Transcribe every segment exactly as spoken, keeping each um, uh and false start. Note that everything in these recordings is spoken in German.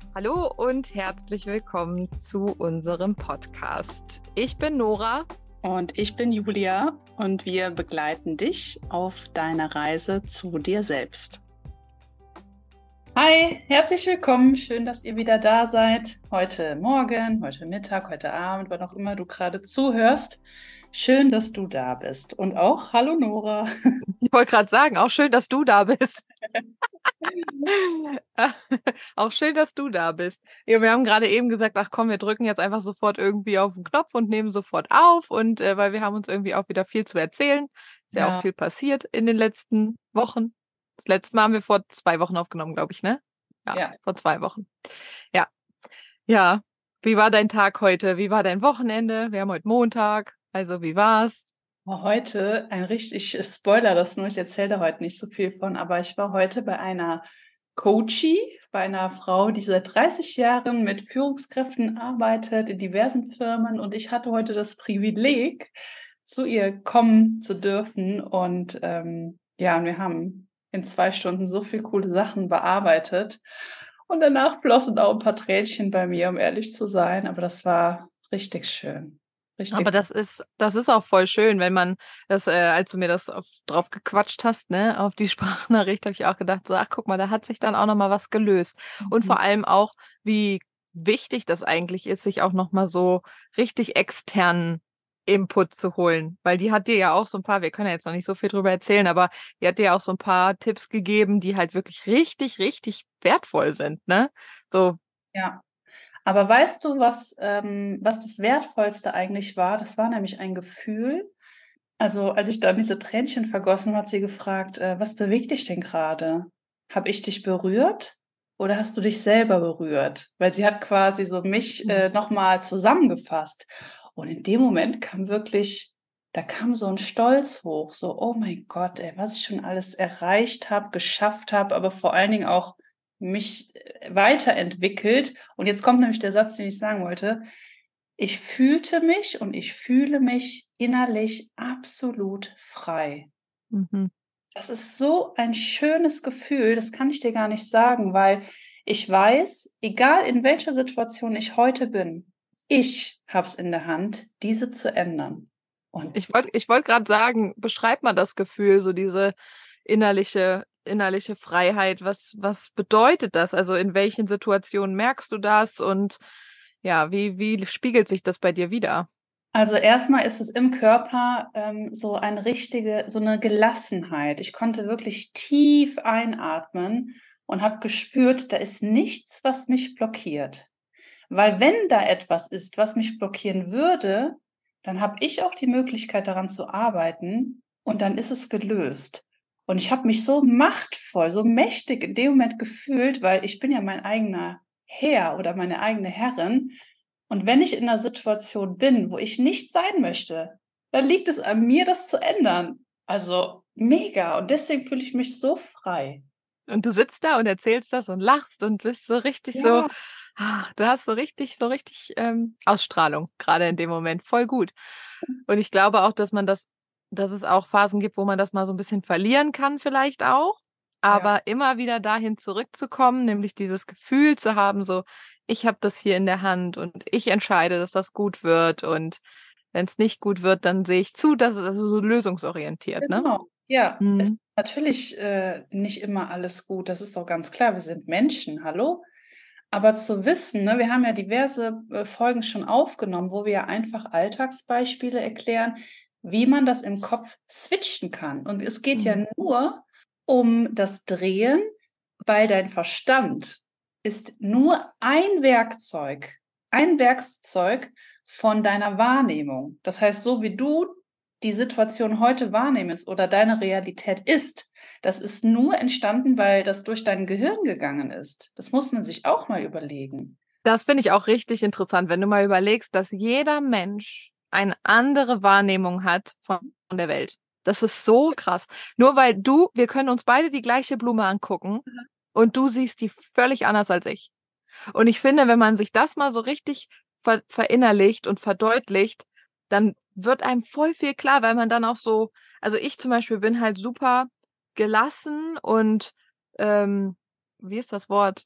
Hallo und herzlich willkommen zu unserem Podcast. Ich bin Nora. Und ich bin Julia und wir begleiten dich auf deiner Reise zu dir selbst. Hi, herzlich willkommen. Schön, dass ihr wieder da seid. Heute Morgen, heute Mittag, heute Abend, wann auch immer du gerade zuhörst. Schön, dass du da bist. Und auch hallo Nora. Ich wollte gerade sagen, auch schön, dass du da bist. Auch schön, dass du da bist. Ja, wir haben gerade eben gesagt, ach komm, wir drücken jetzt einfach sofort irgendwie auf den Knopf und nehmen sofort auf. Und äh, weil wir haben uns irgendwie auch wieder viel zu erzählen. Ist ja, ja auch viel passiert in den letzten Wochen. Das letzte Mal haben wir vor zwei Wochen aufgenommen, glaube ich, ne? Ja, ja, vor zwei Wochen. Ja. Ja. Wie war dein Tag heute? Wie war dein Wochenende? Wir haben heute Montag. Also, wie war's? Heute ein richtig Spoiler, das nur, ich erzähle da heute nicht so viel von, aber ich war heute bei einer Coachie, bei einer Frau, die seit dreißig Jahren mit Führungskräften arbeitet in diversen Firmen, und ich hatte heute das Privileg, zu ihr kommen zu dürfen, und ähm, ja, wir haben in zwei Stunden so viele coole Sachen bearbeitet und danach flossen auch ein paar Tränchen bei mir, um ehrlich zu sein, aber das war richtig schön. Richtig. Aber das ist, das ist auch voll schön, wenn man das, äh, als du mir das auf, drauf gequatscht hast, ne, auf die Sprachnachricht, habe ich auch gedacht, so, ach guck mal, da hat sich dann auch nochmal was gelöst. Mhm. Und vor allem auch, wie wichtig das eigentlich ist, sich auch nochmal so richtig externen Input zu holen. Weil die hat dir ja auch so ein paar, wir können ja jetzt noch nicht so viel drüber erzählen, aber die hat dir ja auch so ein paar Tipps gegeben, die halt wirklich richtig, richtig wertvoll sind, ne? So. Ja. Aber weißt du, was, ähm, was das Wertvollste eigentlich war? Das war nämlich ein Gefühl. Also, als ich dann diese Tränchen vergossen habe, hat sie gefragt, äh, was bewegt dich denn gerade? Habe ich dich berührt oder hast du dich selber berührt? Weil sie hat quasi so mich äh, nochmal zusammengefasst. Und in dem Moment kam wirklich, da kam so ein Stolz hoch, so, oh mein Gott, ey, was ich schon alles erreicht habe, geschafft habe, aber vor allen Dingen auch mich äh, weiterentwickelt. Und jetzt kommt nämlich der Satz, den ich sagen wollte. Ich fühlte mich und ich fühle mich innerlich absolut frei. Mhm. Das ist so ein schönes Gefühl, das kann ich dir gar nicht sagen, weil ich weiß, egal in welcher Situation ich heute bin, ich habe es in der Hand, diese zu ändern. Und ich wollte ich wollt gerade sagen, beschreib mal das Gefühl, so diese innerliche, innerliche Freiheit. Was, was bedeutet das? Also in welchen Situationen merkst du das? Und ja, wie, wie spiegelt sich das bei dir wider? Also erstmal ist es im Körper ähm, so eine richtige, so eine Gelassenheit. Ich konnte wirklich tief einatmen und habe gespürt, da ist nichts, was mich blockiert. Weil wenn da etwas ist, was mich blockieren würde, dann habe ich auch die Möglichkeit, daran zu arbeiten, und dann ist es gelöst. Und ich habe mich so machtvoll, so mächtig in dem Moment gefühlt, weil ich bin ja mein eigener Herr oder meine eigene Herrin. Und wenn ich in einer Situation bin, wo ich nicht sein möchte, dann liegt es an mir, das zu ändern. Also mega. Und deswegen fühle ich mich so frei. Und du sitzt da und erzählst das und lachst und bist so richtig so, Ja, ah, du hast so richtig, so richtig ähm, Ausstrahlung, gerade in dem Moment. Voll gut. Und ich glaube auch, dass man das, dass es auch Phasen gibt, wo man das mal so ein bisschen verlieren kann, vielleicht auch. ja. Aber immer wieder dahin zurückzukommen, nämlich dieses Gefühl zu haben, so, ich habe das hier in der Hand und ich entscheide, dass das gut wird. Und wenn es nicht gut wird, dann sehe ich zu, dass es also so lösungsorientiert, ne? Genau, ja. Es ist Mhm. natürlich äh, nicht immer alles gut, das ist doch ganz klar. Wir sind Menschen, hallo? Aber zu wissen, ne, wir haben ja diverse äh, Folgen schon aufgenommen, wo wir ja einfach Alltagsbeispiele erklären, wie man das im Kopf switchen kann. Und es geht ja Mhm. nur um das Drehen, weil dein Verstand ist nur ein Werkzeug, ein Werkzeug von deiner Wahrnehmung. Das heißt, so wie du die Situation heute wahrnimmst oder deine Realität ist, das ist nur entstanden, weil das durch dein Gehirn gegangen ist. Das muss man sich auch mal überlegen. Das finde ich auch richtig interessant, wenn du mal überlegst, dass jeder Mensch eine andere Wahrnehmung hat von der Welt. Das ist so krass. Nur weil du, wir können uns beide die gleiche Blume angucken und du siehst die völlig anders als ich. Und ich finde, wenn man sich das mal so richtig ver verinnerlicht und verdeutlicht, dann wird einem voll viel klar, weil man dann auch so, also ich zum Beispiel bin halt super gelassen und, ähm, wie ist das Wort?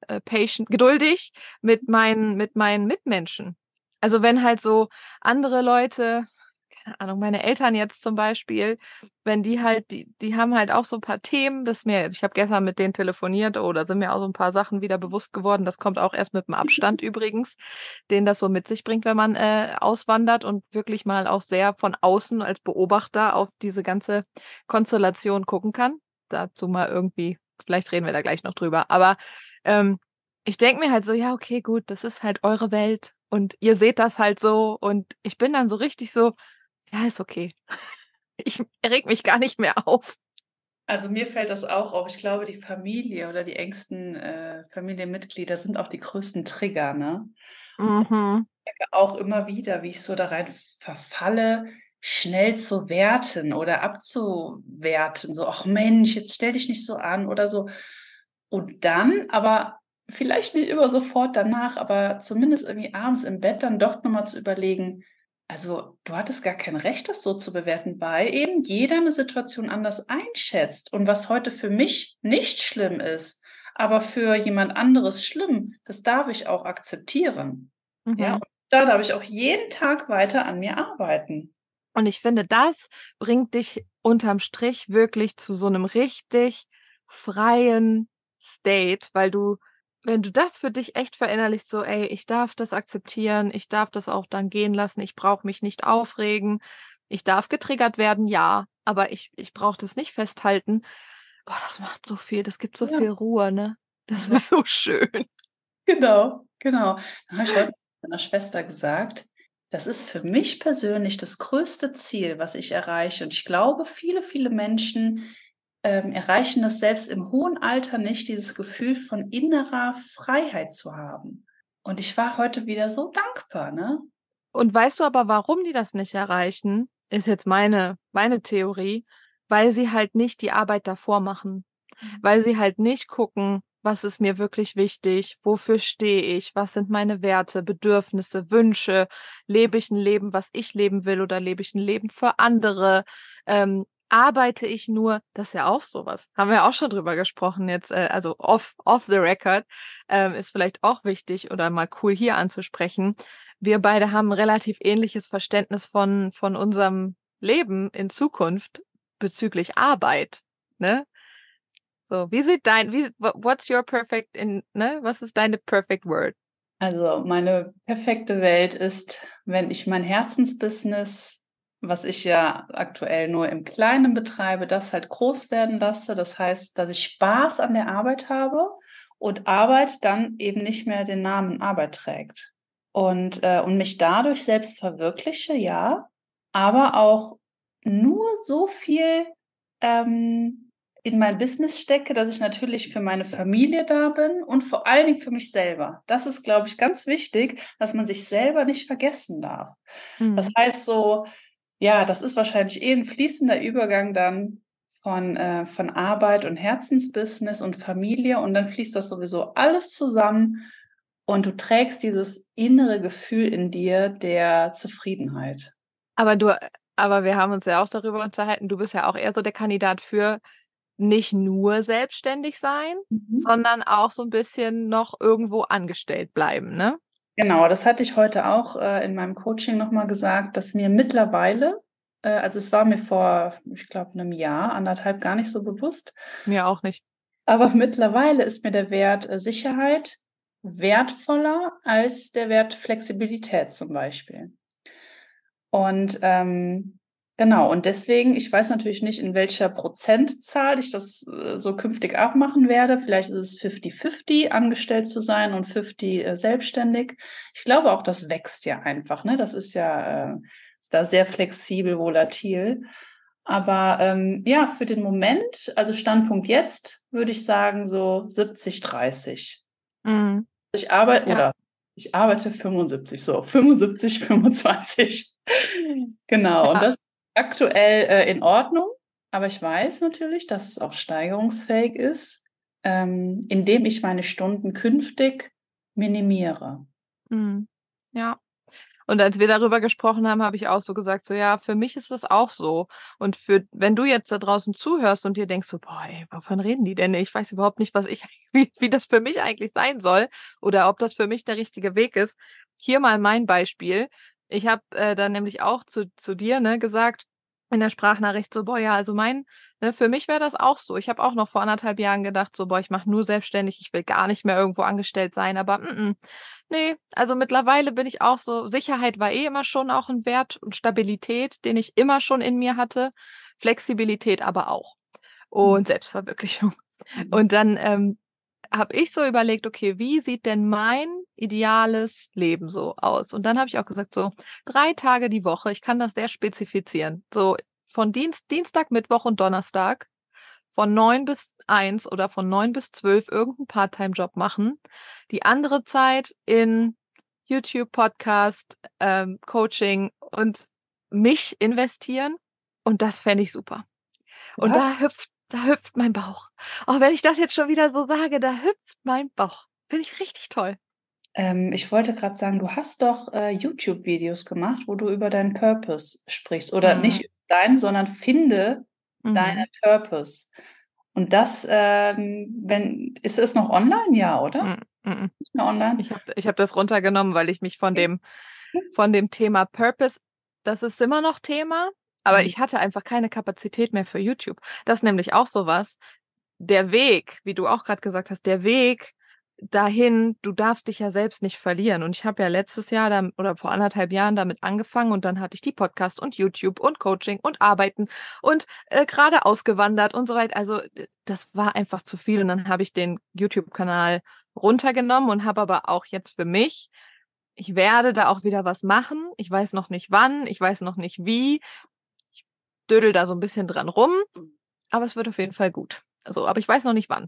äh, patient, geduldig mit meinen, mit meinen Mitmenschen. Also wenn halt so andere Leute, keine Ahnung, meine Eltern jetzt zum Beispiel, wenn die halt, die, die haben halt auch so ein paar Themen, das mir, ich habe gestern mit denen telefoniert, oh, da sind mir auch so ein paar Sachen wieder bewusst geworden. Das kommt auch erst mit dem Abstand übrigens, den das so mit sich bringt, wenn man äh, auswandert und wirklich mal auch sehr von außen als Beobachter auf diese ganze Konstellation gucken kann. Dazu mal irgendwie, vielleicht reden wir da gleich noch drüber. Aber ähm, ich denke mir halt so, ja, okay, gut, das ist halt eure Welt und ihr seht das halt so und ich bin dann so richtig so, ja, ist okay. Ich reg mich gar nicht mehr auf. Also mir fällt das auch auf. Ich glaube, die Familie oder die engsten äh, Familienmitglieder sind auch die größten Trigger, ne? Mhm. Merke auch immer wieder, wie ich so da rein verfalle, schnell zu werten oder abzuwerten. So, ach Mensch, jetzt stell dich nicht so an oder so. Und dann, aber vielleicht nicht immer sofort danach, aber zumindest irgendwie abends im Bett dann doch nochmal zu überlegen, also du hattest gar kein Recht, das so zu bewerten, weil eben jeder eine Situation anders einschätzt. Und was heute für mich nicht schlimm ist, aber für jemand anderes schlimm, das darf ich auch akzeptieren. Ja, Mhm. und da darf ich auch jeden Tag weiter an mir arbeiten. Und ich finde, das bringt dich unterm Strich wirklich zu so einem richtig freien State, weil du, wenn du das für dich echt verinnerlichst, so: „Ey, ich darf das akzeptieren, ich darf das auch dann gehen lassen, ich brauche mich nicht aufregen, ich darf getriggert werden, ja, aber ich ich brauche das nicht festhalten.“ Boah, das macht so viel, das gibt so Ja, viel Ruhe, ne? Das ja, ist so schön. genau, genau. Dann habe ich heute meiner Schwester gesagt, das ist für mich persönlich das größte Ziel, was ich erreiche. Und ich glaube, viele, viele Menschen ähm, erreichen das selbst im hohen Alter nicht, dieses Gefühl von innerer Freiheit zu haben. Und ich war heute wieder so dankbar, ne? Und weißt du aber, warum die das nicht erreichen? Ist jetzt meine meine Theorie, weil sie halt nicht die Arbeit davor machen. Mhm. Weil sie halt nicht gucken: „Was ist mir wirklich wichtig? Wofür stehe ich? Was sind meine Werte, Bedürfnisse, Wünsche? Lebe ich ein Leben, was ich leben will, oder lebe ich ein Leben für andere? Ähm, arbeite ich nur“, das ist ja auch so was, haben wir auch schon drüber gesprochen jetzt, äh, also off off the record, ähm, ist vielleicht auch wichtig oder mal cool hier anzusprechen. Wir beide haben 'n relativ ähnliches Verständnis von von unserem Leben in Zukunft bezüglich Arbeit, ne? So, wie sieht dein wie wha what's your perfect in ne, was ist deine perfect word? Also, meine perfekte Welt ist, wenn ich mein Herzensbusiness, was ich ja aktuell nur im Kleinen betreibe, das halt groß werden lasse. Das heißt, dass ich Spaß an der Arbeit habe und Arbeit dann eben nicht mehr den Namen Arbeit trägt. Und, äh und mich dadurch selbst verwirkliche, ja, aber auch nur so viel, ähm in mein Business stecke, dass ich natürlich für meine Familie da bin und vor allen Dingen für mich selber. Das ist, glaube ich, ganz wichtig, dass man sich selber nicht vergessen darf. Das Mhm. heißt so, ja, das ist wahrscheinlich eh 'n fließender Übergang dann von, äh von Arbeit und Herzensbusiness und Familie und dann fließt das sowieso alles zusammen und du trägst dieses innere Gefühl in dir der Zufriedenheit. Aber du aber wir haben uns ja auch darüber unterhalten, du bist ja auch eher so der Kandidat für nicht nur selbstständig sein, Mhm. sondern auch so 'n bisschen noch irgendwo angestellt bleiben, ne? Genau, das hatte ich heute auch, äh, in meinem Coaching noch mal gesagt, dass mir mittlerweile äh, also, es war mir vor, ich glaube, 'nem Jahr, anderthalb gar nicht so bewusst, Mir auch nicht. aber mittlerweile ist mir der Wert, äh, Sicherheit wertvoller als der Wert Flexibilität zum Beispiel. Und, ähm, genau, und deswegen ich weiß natürlich nicht, in welcher Prozentzahl ich das, äh, so künftig auch machen werde. Vielleicht ist es fifty fifty, angestellt zu sein und fifty, äh, selbstständig. Ich glaube auch, das wächst ja einfach, ne? Das ist ja, äh, da sehr flexibel, volatil. Aber, ähm, ja, für den Moment, also Standpunkt jetzt, würde ich sagen, so siebzig dreißig. Mhm. Ich arbeite Ja. oder ich arbeite fünfundsiebzig, so fünfundsiebzig, fünfundzwanzig. Genau, und Ja. das ist aktuell, äh, in Ordnung, aber ich weiß natürlich, dass es auch steigerungsfähig ist, ähm, indem ich meine Stunden künftig minimiere. Mhm. Ja. Und als wir darüber gesprochen haben, habe ich auch so gesagt, so ja, für mich ist das auch so. Und für, wenn du jetzt da draußen zuhörst und dir denkst so, boah, ey, wovon reden die denn? Ich weiß überhaupt nicht, was ich, wie, wie das für mich eigentlich sein soll oder ob das für mich der richtige Weg ist. Hier mal mein Beispiel. Ich habe äh, dann nämlich auch zu, zu dir, ne, gesagt, in der Sprachnachricht so, boah, ja, also mein, ne, für mich wäre das auch so. Ich habe auch noch vor anderthalb Jahren gedacht, so, boah, ich mache nur selbstständig, ich will gar nicht mehr irgendwo angestellt sein, aber mm, mm. Nee, also mittlerweile bin ich auch so, Sicherheit war eh immer schon auch ein Wert und Stabilität, den ich immer schon in mir hatte, Flexibilität aber auch Mhm. und Selbstverwirklichung. Mhm. Und dann ähm, habe ich so überlegt, okay, wie sieht denn mein ideales Leben so aus? Und dann habe ich auch gesagt, so drei Tage die Woche, ich kann das sehr spezifizieren. So von Dienst, Dienstag, Mittwoch und Donnerstag, von neun bis eins oder von neun bis zwölf irgendeinen Part-Time-Job machen. Die andere Zeit in YouTube, Podcast, ähm, Coaching und mich investieren. Und das fände ich super. Du Und hast da hüpft, da hüpft mein Bauch. Auch wenn ich das jetzt schon wieder so sage, da hüpft mein Bauch. Finde ich richtig toll. ähm, ich wollte gerade sagen, du hast doch, äh, YouTube-Videos gemacht, wo du über deinen Purpose sprichst oder Mhm. nicht über deinen, sondern finde deinen Mhm. Purpose. Und das, ähm, wenn ist es noch online? Ja, oder? Mhm. Mhm. Nicht mehr online? Ich habe ich hab das runtergenommen, weil ich mich von Okay. dem, von dem Thema Purpose, das ist immer noch Thema, aber Mhm. ich hatte einfach keine Kapazität mehr für YouTube. Das ist nämlich auch sowas. Der Weg, wie du auch gerade gesagt hast, der Weg dahin, du darfst dich ja selbst nicht verlieren. Und ich habe ja letztes Jahr dann, oder vor anderthalb Jahren damit angefangen und dann hatte ich die Podcasts und YouTube und Coaching und Arbeiten und äh, gerade ausgewandert und so weiter. Also äh, das war einfach zu viel und dann habe ich den YouTube-Kanal runtergenommen und habe aber auch jetzt für mich, ich werde da auch wieder was machen. Ich weiß noch nicht wann, ich weiß noch nicht wie. Ich dödel da so ein bisschen dran rum, aber es wird auf jeden Fall gut. Also, aber ich weiß noch nicht wann.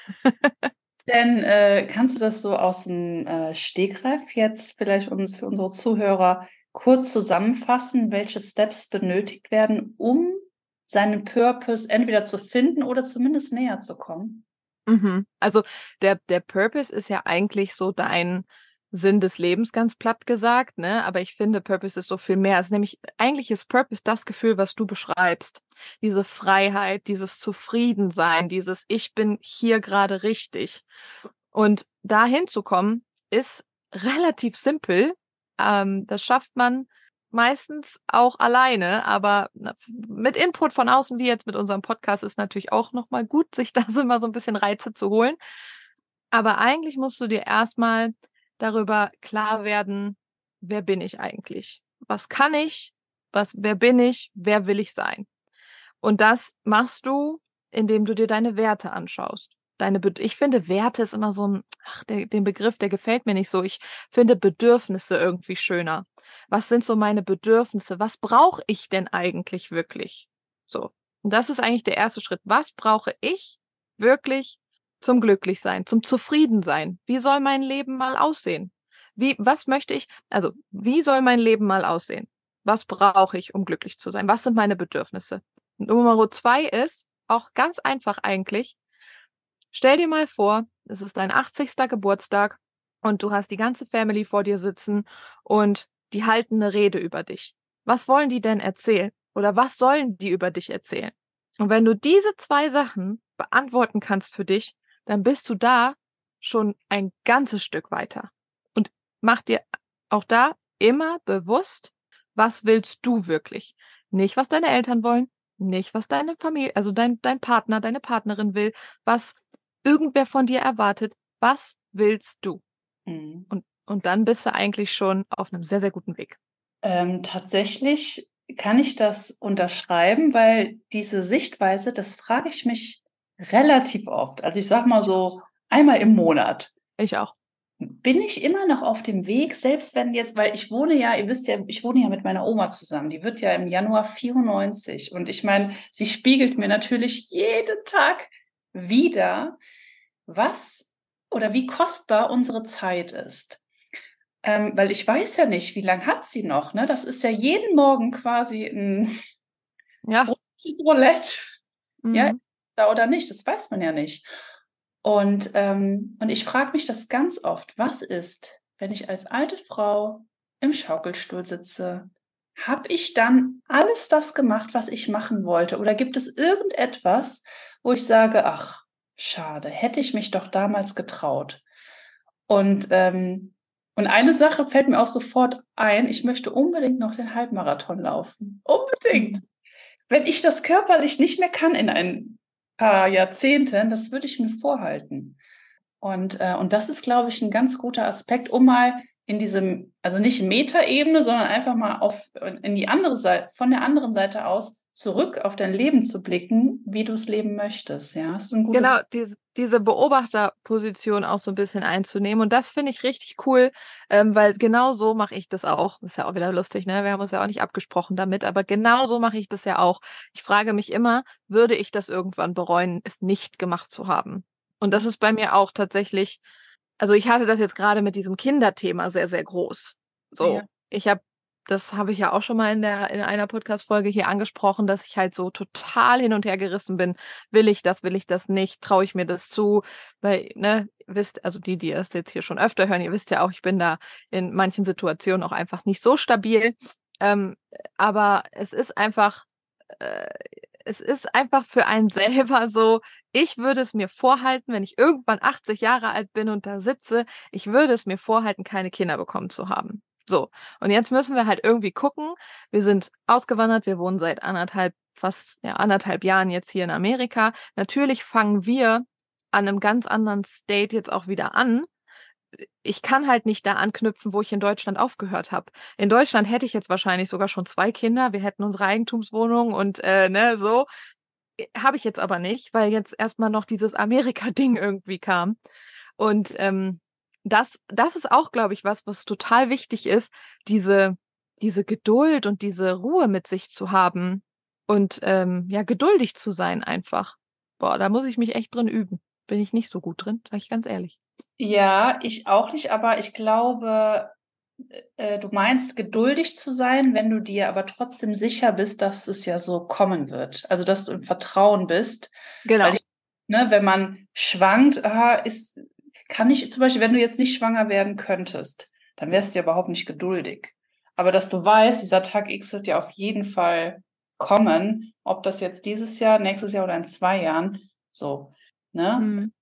Denn, äh, kannst du das so aus'm, äh, Stegreif jetzt vielleicht uns für unsere Zuhörer kurz zusammenfassen, welche Steps benötigt werden, um seinen Purpose entweder zu finden oder zumindest näher zu kommen? Mhm. Also der, der Purpose ist ja eigentlich so dein Sinn des Lebens, ganz platt gesagt, ne? Aber ich finde, Purpose ist so viel mehr. Es ist nämlich, eigentlich ist Purpose das Gefühl, was du beschreibst. Diese Freiheit, dieses Zufriedensein, dieses Ich bin hier gerade richtig. Und dahin zu kommen, ist relativ simpel. Ähm, das schafft man meistens auch alleine, aber na, mit Input von außen, wie jetzt mit unserem Podcast, ist natürlich auch nochmal gut, sich da so mal so ein bisschen Reize zu holen. Aber eigentlich musst du dir erstmal darüber klar werden, wer bin ich eigentlich? Was kann ich? Was, wer bin ich? Wer will ich sein? Und das machst du, indem du dir deine Werte anschaust. Deine Bed ich finde, Werte ist immer so ein, ach, der, den Begriff, der gefällt mir nicht so. Ich finde Bedürfnisse irgendwie schöner. Was sind so meine Bedürfnisse? Was brauche ich denn eigentlich wirklich? So. Und das ist eigentlich der erste Schritt. Was brauche ich wirklich zum Glücklichsein, zum Zufriedensein? Wie soll mein Leben mal aussehen? Wie, was möchte ich, also, wie soll mein Leben mal aussehen? Was brauche ich, um glücklich zu sein? Was sind meine Bedürfnisse? Nummer zwei ist, auch ganz einfach eigentlich, stell dir mal vor, es ist dein achtzigster Geburtstag und du hast die ganze Family vor dir sitzen und die halten eine Rede über dich. Was wollen die denn erzählen? Oder was sollen die über dich erzählen? Und wenn du diese zwei Sachen beantworten kannst für dich, dann bist du da schon ein ganzes Stück weiter. Und mach dir auch da immer bewusst, was willst du wirklich? Nicht, was deine Eltern wollen, nicht, was deine Familie, also dein, dein Partner, deine Partnerin will, was irgendwer von dir erwartet. Was willst du? Mhm. Und, und dann bist du eigentlich schon auf einem sehr, sehr guten Weg. Ähm, tatsächlich kann ich das unterschreiben, weil diese Sichtweise, das frage ich mich relativ oft. Also, ich sage mal so einmal im Monat. Ich auch. Bin ich immer noch auf dem Weg, selbst wenn jetzt weil ich wohne ja ihr wisst ja, ich wohne ja mit meiner Oma zusammen. Die wird ja im Januar vierundneunzig und ich meine, sie spiegelt mir natürlich jeden Tag wider, was oder wie kostbar unsere Zeit ist. Ähm, weil ich weiß ja nicht, wie lang hat sie noch, ne? Das ist ja jeden Morgen quasi 'n Ja. russisches Roulette. Ja, Mhm. ist da oder nicht, das weiß man ja nicht. Und, ähm und ich frage mich das ganz oft: „Was ist, wenn ich als alte Frau im Schaukelstuhl sitze, habe ich dann alles das gemacht, was ich machen wollte? Oder gibt es irgendetwas, wo ich sage, ach, schade, hätte ich mich doch damals getraut? Und, ähm, und eine Sache fällt mir auch sofort ein, ich möchte unbedingt noch den Halbmarathon laufen. Unbedingt. Mhm. Wenn ich das körperlich nicht mehr kann in ein paar Jahrzehnten, das würde ich mir vorhalten. Und, äh, und das ist, glaube ich, ein ganz guter Aspekt, um mal in diesem, also nicht Metaebene, sondern einfach mal auf, in die andere Seite, von der anderen Seite aus zurück auf dein Leben zu blicken, wie du es leben möchtest. Ja, das ist ein gutes. Genau, diese diese Beobachterposition auch so ein bisschen einzunehmen. Und das finde ich richtig cool, ähm, weil genau so mache ich das auch. Ist ja auch wieder lustig, ne? Wir haben uns ja auch nicht abgesprochen damit, aber genau so mache ich das ja auch. Ich frage mich immer: „Würde ich das irgendwann bereuen, es nicht gemacht zu haben?“ Und das ist bei mir auch tatsächlich, also, ich hatte das jetzt gerade mit diesem Kinderthema sehr, sehr groß. Ja, So, ich habe das habe ich ja auch schon mal in der in einer Podcast-Folge hier angesprochen, dass ich halt so total hin und her gerissen bin. Will ich das, will ich das nicht? Traue ich mir das zu? Weil, ne, ihr wisst, also die, die das jetzt hier schon öfter hören, ihr wisst ja auch, ich bin da in manchen Situationen auch einfach nicht so stabil. Ähm, aber es ist einfach äh, es ist einfach für einen selber so, ich würde es mir vorhalten, wenn ich irgendwann achtzig Jahre alt bin und da sitze, ich würde es mir vorhalten, keine Kinder bekommen zu haben. So, und jetzt müssen wir halt irgendwie gucken. Wir sind ausgewandert, wir wohnen seit anderthalb, fast ja, anderthalb Jahren jetzt hier in Amerika. Natürlich fangen wir an einem ganz anderen State jetzt auch wieder an. Ich kann halt nicht da anknüpfen, wo ich in Deutschland aufgehört habe. In Deutschland hätte ich jetzt wahrscheinlich sogar schon zwei Kinder. Wir hätten unsere Eigentumswohnung und, äh, ne, so. Äh, habe ich jetzt aber nicht, weil jetzt erst mal noch dieses Amerika-Ding irgendwie kam. Und, ähm, das das ist auch, glaube ich, was, was total wichtig ist, diese diese Geduld und diese Ruhe mit sich zu haben und, ähm, ja, geduldig zu sein einfach. Boah, da muss ich mich echt drin üben. Bin ich nicht so gut drin, sage ich ganz ehrlich. ja, ich auch nicht, aber ich glaube, äh, du meinst, geduldig zu sein, wenn du dir aber trotzdem sicher bist, dass es ja so kommen wird. Also, dass du im Vertrauen bist. Weil Genau. ich, ne, wenn man schwankt, ah, ist, kann ich zum Beispiel, wenn du jetzt nicht schwanger werden könntest, dann wärst du ja überhaupt nicht geduldig. Aber dass du weißt, dieser Tag X wird ja auf jeden Fall kommen, ob das jetzt dieses Jahr, nächstes Jahr oder in zwei Jahren, so, ne? Mhm.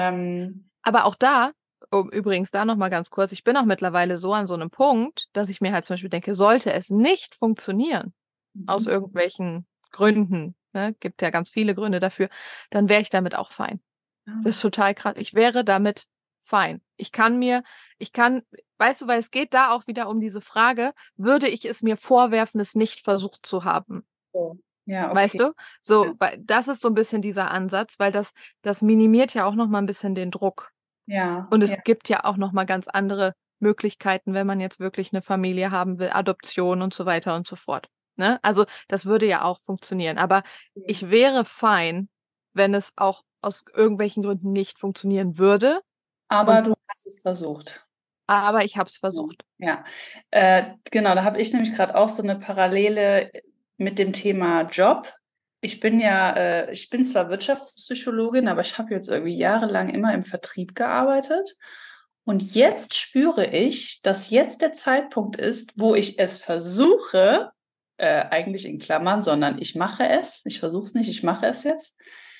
Ähm, Aber auch da, um übrigens da noch mal ganz kurz, ich bin auch mittlerweile so an so 'nem Punkt, dass ich mir halt zum Beispiel denke, sollte es nicht funktionieren, aus mhm. irgendwelchen Gründen, ne, gibt ja ganz viele Gründe dafür, dann wäre ich damit auch fein. Das ist Ah, total krass. Ich wäre damit fein. Ich kann mir ich kann weißt du, weil es geht da auch wieder um diese Frage: „Würde ich es mir vorwerfen, es nicht versucht zu haben?“ so. Ja, Weißt okay. du? Ja, So, weil das ist so 'n bisschen dieser Ansatz, weil das das minimiert ja auch noch mal 'n bisschen den Druck. ja, Und ja. es gibt ja auch noch mal ganz andere Möglichkeiten, wenn man jetzt wirklich 'ne Familie haben will, Adoption und so weiter und so fort, ne? Also, das würde ja auch funktionieren. Aber Okay. ich wäre fein, wenn es auch aus irgendwelchen Gründen nicht funktionieren würde, Aber und du hast es versucht. aber ich habe es Ja. versucht. Ja. Äh, genau, da habe ich nämlich grad auch so 'ne Parallele mit dem Thema Job. Ich bin ja äh, ich bin zwar Wirtschaftspsychologin, aber ich habe jetzt irgendwie jahrelang immer im Vertrieb gearbeitet. Und jetzt spüre ich, dass jetzt der Zeitpunkt ist, wo ich es versuche, äh, eigentlich in Klammern, sondern ich mache es. Ich versuche es nicht, ich mache es jetzt.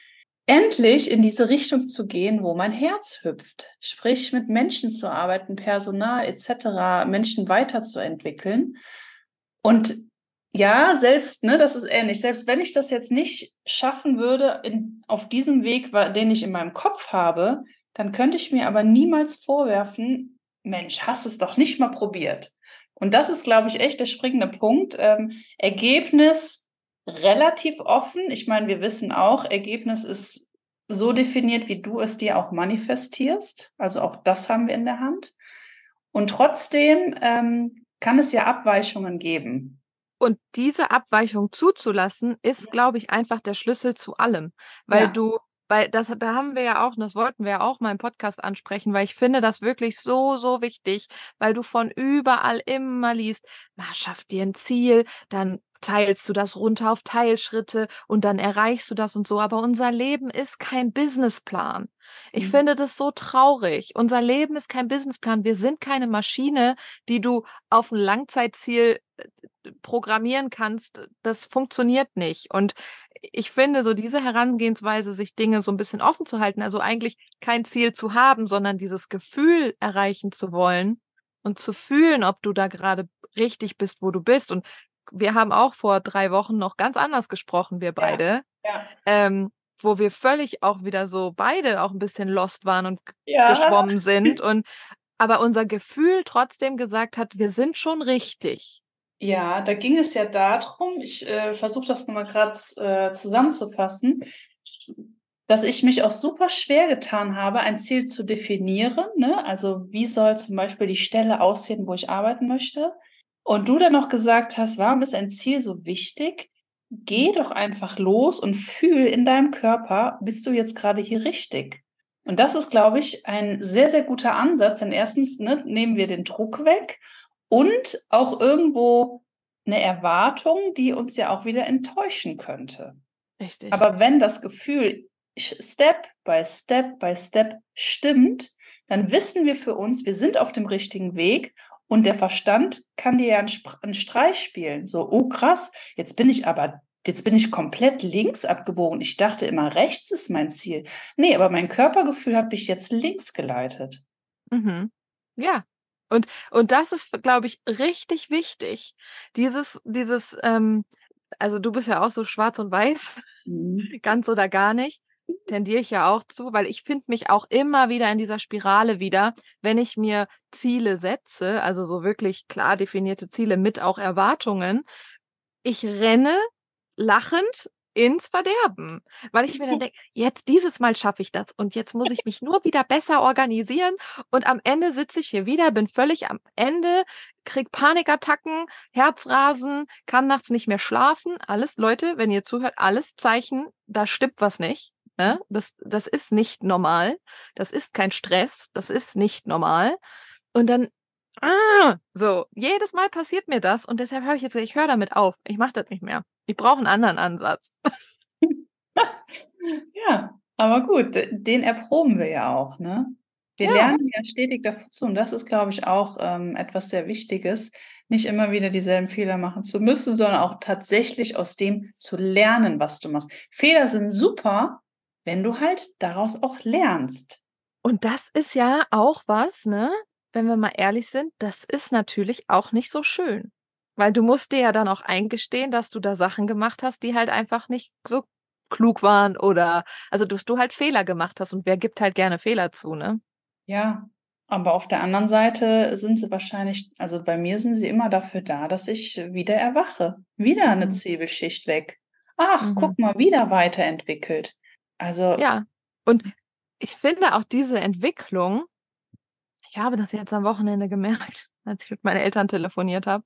Endlich in diese Richtung zu gehen, wo mein Herz hüpft. Sprich, mit Menschen zu arbeiten, Personal et cetera, Menschen weiterzuentwickeln. Und ja, selbst, ne, das ist ähnlich. Selbst wenn ich das jetzt nicht schaffen würde in auf diesem Weg, wa den ich in meinem Kopf habe, dann könnte ich mir aber niemals vorwerfen: „Mensch, hast es doch nicht mal probiert.“ Und das ist, glaube ich, echt der springende Punkt. Ähm, Ergebnis relativ offen. Ich meine, wir wissen auch, Ergebnis ist so definiert, wie du es dir auch manifestierst. Also, auch das haben wir in der Hand. Und trotzdem, ähm, kann es ja Abweichungen geben. Und diese Abweichung zuzulassen, ist, glaube ich, einfach der Schlüssel zu allem, weil Ja, du weil das da haben wir ja auch und das wollten wir ja auch mal im Podcast ansprechen, weil ich finde das wirklich so, so wichtig, weil du von überall immer liest: „Na, schaff dir 'n Ziel, dann teilst du das runter auf Teilschritte und dann erreichst du das und so. Aber unser Leben ist kein Businessplan. Ich Mhm. finde das so traurig. Unser Leben ist kein Businessplan. Wir sind keine Maschine, die du auf ein Langzeitziel äh, programmieren kannst. Das funktioniert nicht. Und ich finde, so diese Herangehensweise, sich Dinge so ein bisschen offen zu halten, also eigentlich kein Ziel zu haben, sondern dieses Gefühl erreichen zu wollen und zu fühlen, ob du da gerade richtig bist, wo du bist. Und wir haben auch vor drei Wochen noch ganz anders gesprochen, wir Ja, beide, ja. ähm, wo wir völlig auch wieder so beide auch ein bisschen lost waren und g- Ja, geschwommen sind und aber unser Gefühl trotzdem gesagt hat, wir sind schon richtig. ja, da ging es ja darum, ich, äh, versuche das noch mal grad, äh, zusammenzufassen, dass ich mich auch super schwer getan habe, ein Ziel zu definieren, ne? Also, wie soll zum Beispiel die Stelle aussehen, wo ich arbeiten möchte? Und du dann noch gesagt hast: „Warum ist ein Ziel so wichtig? Geh doch einfach los und fühl in deinem Körper, bist du jetzt gerade hier richtig?“ Und das ist, glaube ich, ein sehr, sehr guter Ansatz, denn erstens, ne, nehmen wir den Druck weg und auch irgendwo eine Erwartung, die uns ja auch wieder enttäuschen könnte. Richtig. Aber wenn das Gefühl Step by Step by Step stimmt, dann wissen wir für uns, wir sind auf dem richtigen Weg und der Verstand kann dir ja 'n Spr 'n Streich spielen. So: „Oh krass, jetzt bin ich aber jetzt bin ich komplett links abgebogen. Ich dachte immer, rechts ist mein Ziel. Ne, aber mein Körpergefühl hat mich jetzt links geleitet.“ Mhm. Ja. Und und das ist, glaube ich, richtig wichtig. Dieses dieses, ähm also, du bist ja auch so schwarz und weiß, Mhm. ganz oder gar nicht, tendiere ich ja auch zu, weil ich finde mich auch immer wieder in dieser Spirale wieder, wenn ich mir Ziele setze, also, so wirklich klar definierte Ziele mit auch Erwartungen. Ich renne lachend ins Verderben, weil ich mir dann denke: „Jetzt dieses Mal schaffe ich das und jetzt muss ich mich nur wieder besser organisieren und am Ende sitze ich hier wieder, bin völlig am Ende, kriege Panikattacken, Herzrasen, kann nachts nicht mehr schlafen.“ Alles Leute, wenn ihr zuhört, alles Zeichen, da stimmt was nicht, ne? Das das ist nicht normal. Das ist kein Stress, das ist nicht normal. Und dann ah, so, jedes Mal passiert mir das und deshalb habe ich jetzt gesagt: „Ich höre damit auf. Ich mache das nicht mehr. Ich brauche 'n anderen Ansatz.“ Ja, aber gut, d den erproben wir ja auch, ne? Wir Ja, lernen ja stetig dazu und das ist, glaube ich, auch, ähm, etwas sehr Wichtiges, nicht immer wieder dieselben Fehler machen zu müssen, sondern auch tatsächlich aus dem zu lernen, was du machst. Fehler sind super, wenn du halt daraus auch lernst. und das ist ja auch was, ne, wenn wir mal ehrlich sind, das ist natürlich auch nicht so schön. Weil du musst dir ja dann auch eingestehen, dass du da Sachen gemacht hast, die halt einfach nicht so klug waren oder also, dass du halt Fehler gemacht hast und wer gibt halt gerne Fehler zu, ne? Ja, aber auf der anderen Seite sind sie wahrscheinlich also, bei mir sind sie immer dafür da, dass ich wieder erwache. Wieder 'ne Mhm, Zwiebelschicht weg. Ach, mhm. guck mal, wieder weiterentwickelt. Also, Ja, und ich finde auch diese Entwicklung ich habe das jetzt am Wochenende gemerkt, als ich mit meinen Eltern telefoniert habe.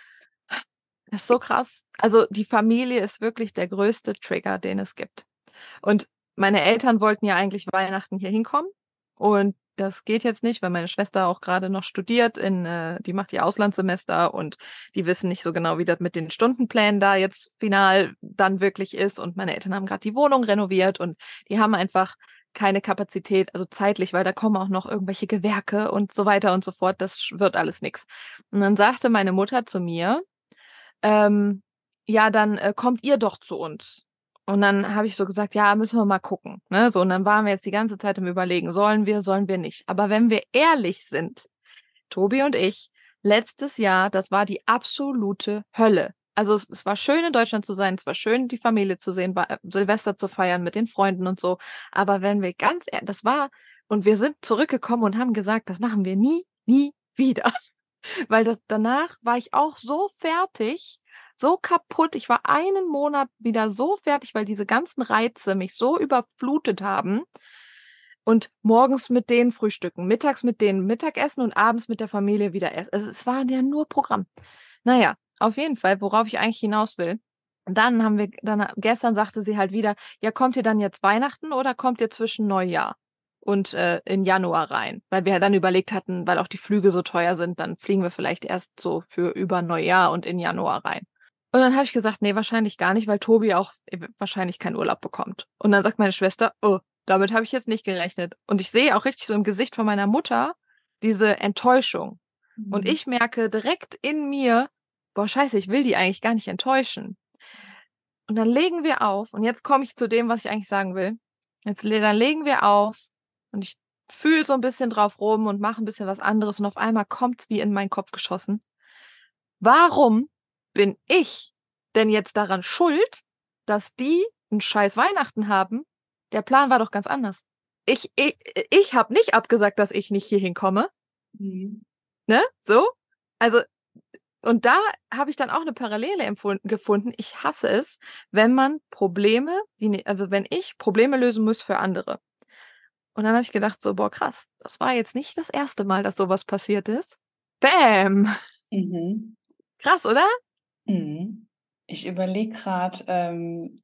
Das ist so krass. Also, die Familie ist wirklich der größte Trigger, den es gibt. Und meine Eltern wollten ja eigentlich Weihnachten hier hinkommen und das geht jetzt nicht, weil meine Schwester auch grade noch studiert in äh, die macht ihr Auslandssemester und die wissen nicht so genau, wie das mit den Stundenplänen da jetzt final dann wirklich ist. Und meine Eltern haben grad die Wohnung renoviert und die haben einfach keine Kapazität, also zeitlich, weil da kommen auch noch irgendwelche Gewerke und so weiter und so fort. Das sch wird alles nix. Und dann sagte meine Mutter zu mir, ähm: „Ja, dann, äh, kommt ihr doch zu uns.“ Und dann habe ich so gesagt: „Ja, müssen wir mal gucken“, ne? So, und dann waren wir jetzt die ganze Zeit im Überlegen: „Sollen wir, sollen wir nicht?“ Aber wenn wir ehrlich sind, Tobi und ich, letztes Jahr, das war die absolute Hölle. Also, es es war schön, in Deutschland zu sein, es war schön, die Familie zu sehen, bei äh, Silvester zu feiern mit den Freunden und so. Aber wenn wir ganz ehr das war und wir sind zurückgekommen und haben gesagt: „Das machen wir nie, nie wieder.“ Weil das danach war ich auch so fertig, so kaputt. Ich war einen Monat wieder so fertig, weil diese ganzen Reize mich so überflutet haben und morgens mit denen frühstücken, mittags mit denen Mittagessen und abends mit der Familie wieder essen. Also, es war ja nur Programm. Na ja, auf jeden Fall, worauf ich eigentlich hinaus will. Dann haben wir dann gestern sagte sie halt wieder: „Ja, kommt ihr dann jetzt Weihnachten oder kommt ihr zwischen Neujahr und, äh, in Januar rein?“ Weil wir ja dann überlegt hatten, weil auch die Flüge so teuer sind, dann fliegen wir vielleicht erst so für über Neujahr und in Januar rein. Und dann habe ich gesagt, nee, wahrscheinlich gar nicht, weil Tobi auch äh, wahrscheinlich keinen Urlaub bekommt. Und dann sagt meine Schwester, oh, damit habe ich jetzt nicht gerechnet. Und ich sehe auch richtig so im Gesicht von meiner Mutter diese Enttäuschung. Und Mhm. ich merke direkt in mir, boah, scheiße, ich will die eigentlich gar nicht enttäuschen. Und dann legen wir auf, und jetzt komme ich zu dem, was ich eigentlich sagen will. Jetzt le- dann legen wir auf und ich fühle so ein bisschen drauf rum und mache ein bisschen was anderes und auf einmal kommt's wie in meinen Kopf geschossen. Warum bin ich denn jetzt daran schuld, dass die ein scheiß Weihnachten haben? Der Plan war doch ganz anders. Ich, ich, ich habe nicht abgesagt, dass ich nicht hier hinkomme, Mhm. ne? So? Also, und da habe ich dann auch eine Parallele empfunden, gefunden. Ich hasse es, wenn man Probleme, die, ne- also wenn ich Probleme lösen muss für andere. Und dann habe ich gedacht, so, boah, krass, das war jetzt nicht das erste Mal, dass sowas passiert ist. Bam! Mhm. Krass, oder? Mhm. Ich überlege gerade, ähm,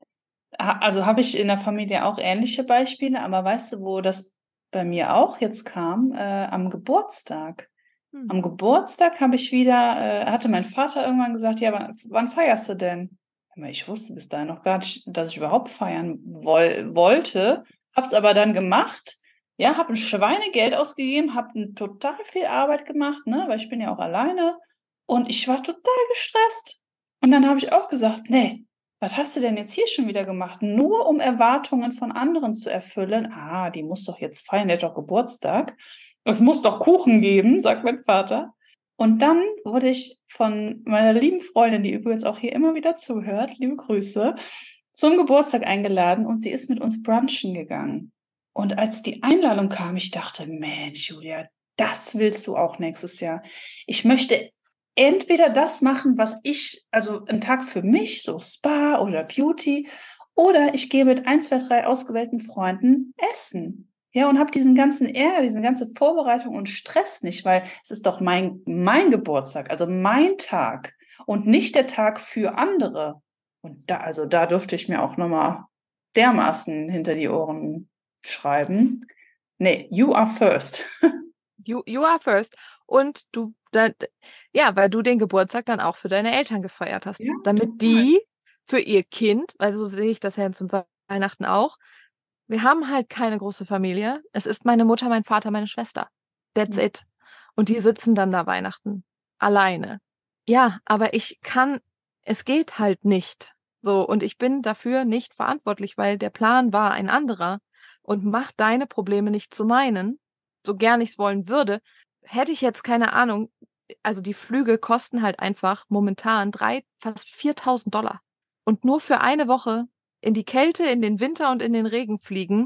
ha also, habe ich in der Familie auch ähnliche Beispiele, aber weißt du, wo das bei mir auch jetzt kam? Äh, am Geburtstag. Hm. Am Geburtstag habe ich wieder äh, hatte mein Vater irgendwann gesagt: „Ja, wann wann feierst du denn?“ Aber ich wusste bis dahin noch gar nicht, dass ich überhaupt feiern woll wollte, habe es aber dann gemacht. Ja, habe 'n Schweinegeld ausgegeben, habe 'n total viel Arbeit gemacht, ne, weil ich bin ja auch alleine und ich war total gestresst. Und dann habe ich auch gesagt: „Ne, was hast du denn jetzt hier schon wieder gemacht? Nur um Erwartungen von anderen zu erfüllen. Ah, die muss doch jetzt feiern, der hat doch Geburtstag. Es muss doch Kuchen geben“, sagt mein Vater. Und dann wurde ich von meiner lieben Freundin, die übrigens auch hier immer wieder zuhört, liebe Grüße, zum Geburtstag eingeladen und sie ist mit uns brunchen gegangen. Und als die Einladung kam, ich dachte: „Mensch, Julia, das willst du auch nächstes Jahr.“ Ich möchte entweder das machen, was ich also 'n Tag für mich, so Spa oder Beauty, oder ich gehe mit ein, zwei, drei ausgewählten Freunden essen. Ja, und habe diesen ganzen Ärger, diese ganze Vorbereitung und Stress nicht, weil es ist doch mein mein Geburtstag, also mein Tag und nicht der Tag für andere. Und da also, da durfte ich mir auch noch mal dermaßen hinter die Ohren schreiben: „Ne, you are first.“ You, you are first. Und du, da, d- ja, weil du den Geburtstag dann auch für deine Eltern gefeiert hast, Ja, damit total. die für ihr Kind, weil so sehe ich das ja zum Weihnachten auch, wir haben halt keine große Familie. Es ist meine Mutter, mein Vater, meine Schwester. That's Mhm. it. Und die sitzen dann da Weihnachten alleine. Ja, aber ich kann, es geht halt nicht. So, und ich bin dafür nicht verantwortlich, weil der Plan war ein anderer und macht deine Probleme nicht zu meinen, so gern ich es wollen würde. Hätte ich jetzt keine Ahnung, also die Flüge kosten halt einfach momentan drei, fast viertausend Dollar. Und nur für eine Woche in die Kälte, in den Winter und in den Regen fliegen,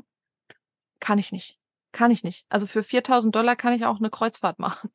kann ich nicht. Kann ich nicht. Also für viertausend Dollar kann ich auch eine Kreuzfahrt machen.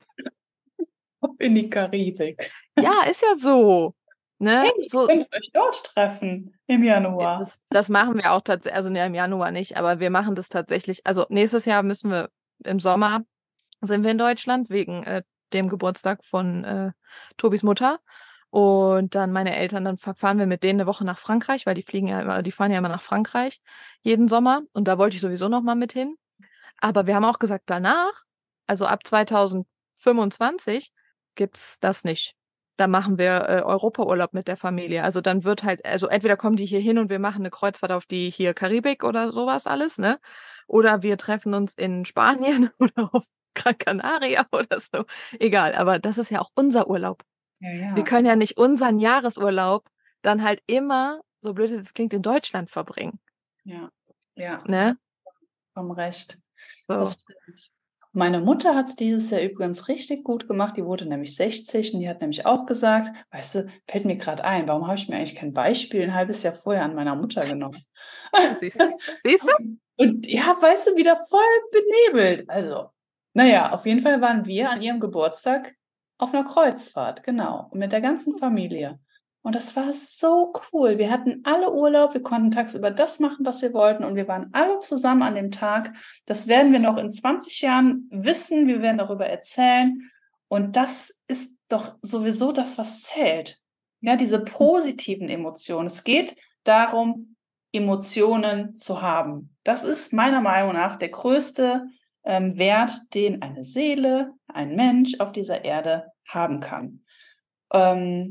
Ab in die Karibik. Ja, ist ja so. Hey, Ne? ihr So, könntet euch dort treffen im Januar. das, das machen wir auch tatsächlich, also ne, im Januar nicht, aber wir machen das tatsächlich. Also nächstes Jahr müssen wir im Sommer sind wir in Deutschland wegen äh, dem Geburtstag von äh, Tobis Mutter. Und dann meine Eltern, dann fa- fahren wir mit denen eine Woche nach Frankreich, weil die fliegen ja immer, die fahren ja immer nach Frankreich jeden Sommer. Und da wollte ich sowieso noch mal mit hin. Aber wir haben auch gesagt, danach, also ab zwanzig fünfundzwanzig, gibt's das nicht. Da machen wir äh, Europaurlaub mit der Familie. Also dann wird halt, also entweder kommen die hier hin und wir machen eine Kreuzfahrt auf die hier Karibik oder sowas alles, ne? Oder wir treffen uns in Spanien oder auf Gran Canaria oder so. Egal, aber das ist ja auch unser Urlaub. Ja, Wir ja, können ja nicht unseren Jahresurlaub dann halt immer, so blöd es jetzt klingt, in Deutschland verbringen, ja, ja, da ne? hast du vollkommen recht. So. Das stimmt. Meine Mutter hat's dieses Jahr übrigens richtig gut gemacht. Die wurde nämlich sechzig und die hat nämlich auch gesagt: „Weißt du, fällt mir grad ein, warum habe ich mir eigentlich kein Beispiel 'n halbes Jahr vorher an meiner Mutter genommen?“ Siehst du? Siehst du? Und ja, weißt du, wieder voll benebelt. Also, na ja, auf jeden Fall waren wir an ihrem Geburtstag auf 'ner Kreuzfahrt, genau, mit der ganzen Familie. Und das war so cool. Wir hatten alle Urlaub, wir konnten tagsüber das machen, was wir wollten und wir waren alle zusammen an dem Tag. Das werden wir noch in zwanzig Jahren wissen, wir werden darüber erzählen und das ist doch sowieso das, was zählt. Ja, diese positiven Emotionen. Es geht darum, Emotionen zu haben. Das ist meiner Meinung nach der größte, ähm, Wert, den eine Seele, ein Mensch auf dieser Erde haben kann. Ähm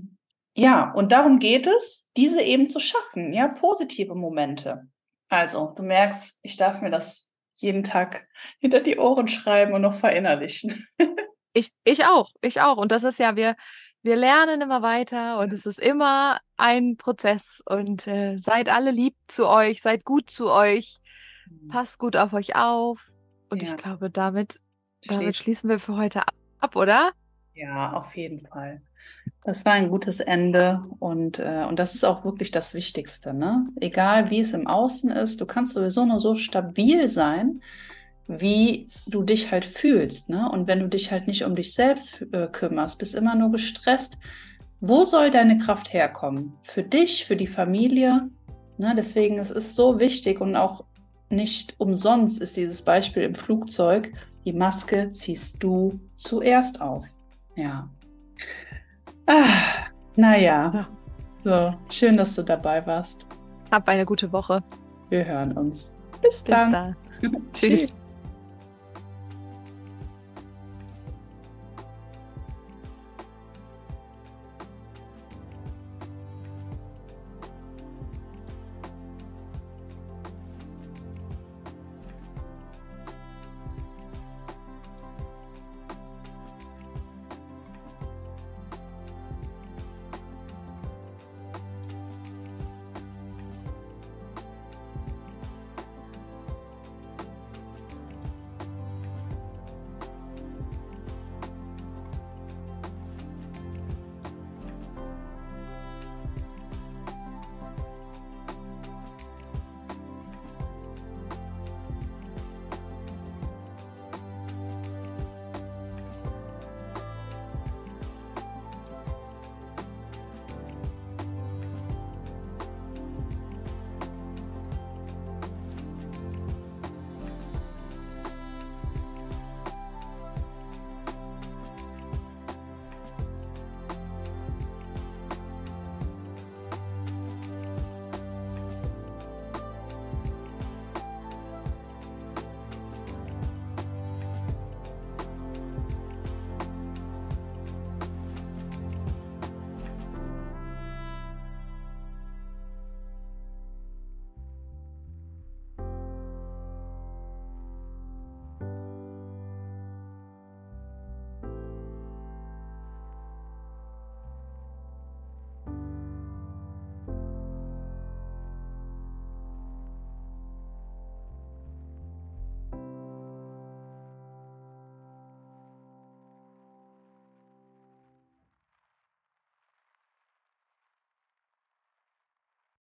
Ja, und darum geht es, diese eben zu schaffen, ja, positive Momente. Also, du merkst, ich darf mir das jeden Tag hinter die Ohren schreiben und noch verinnerlichen. Ich ich auch, ich auch. Und das ist ja wir wir lernen immer weiter und es ist immer ein Prozess und, äh, seid alle lieb zu euch, seid gut zu euch, Mhm. passt gut auf euch auf. Und ich Ja, glaube, damit damit schließt schließen wir für heute ab, oder? ja, auf jeden Fall. Das war ein gutes Ende und, äh, und das ist auch wirklich das Wichtigste, ne? Egal wie es im Außen ist, du kannst sowieso nur so stabil sein, wie du dich halt fühlst, ne? Und wenn du dich halt nicht um dich selbst äh, kümmerst, bist immer nur gestresst, wo soll deine Kraft herkommen? Für dich, für die Familie, ne? Deswegen es ist so wichtig und auch nicht umsonst ist dieses Beispiel im Flugzeug, die Maske ziehst du zuerst auf. Ja. Ah, naja, So, so schön, dass du dabei warst. habt eine gute Woche. Wir hören uns. Bis Bis dann. dann. Tschüss. Tschüss.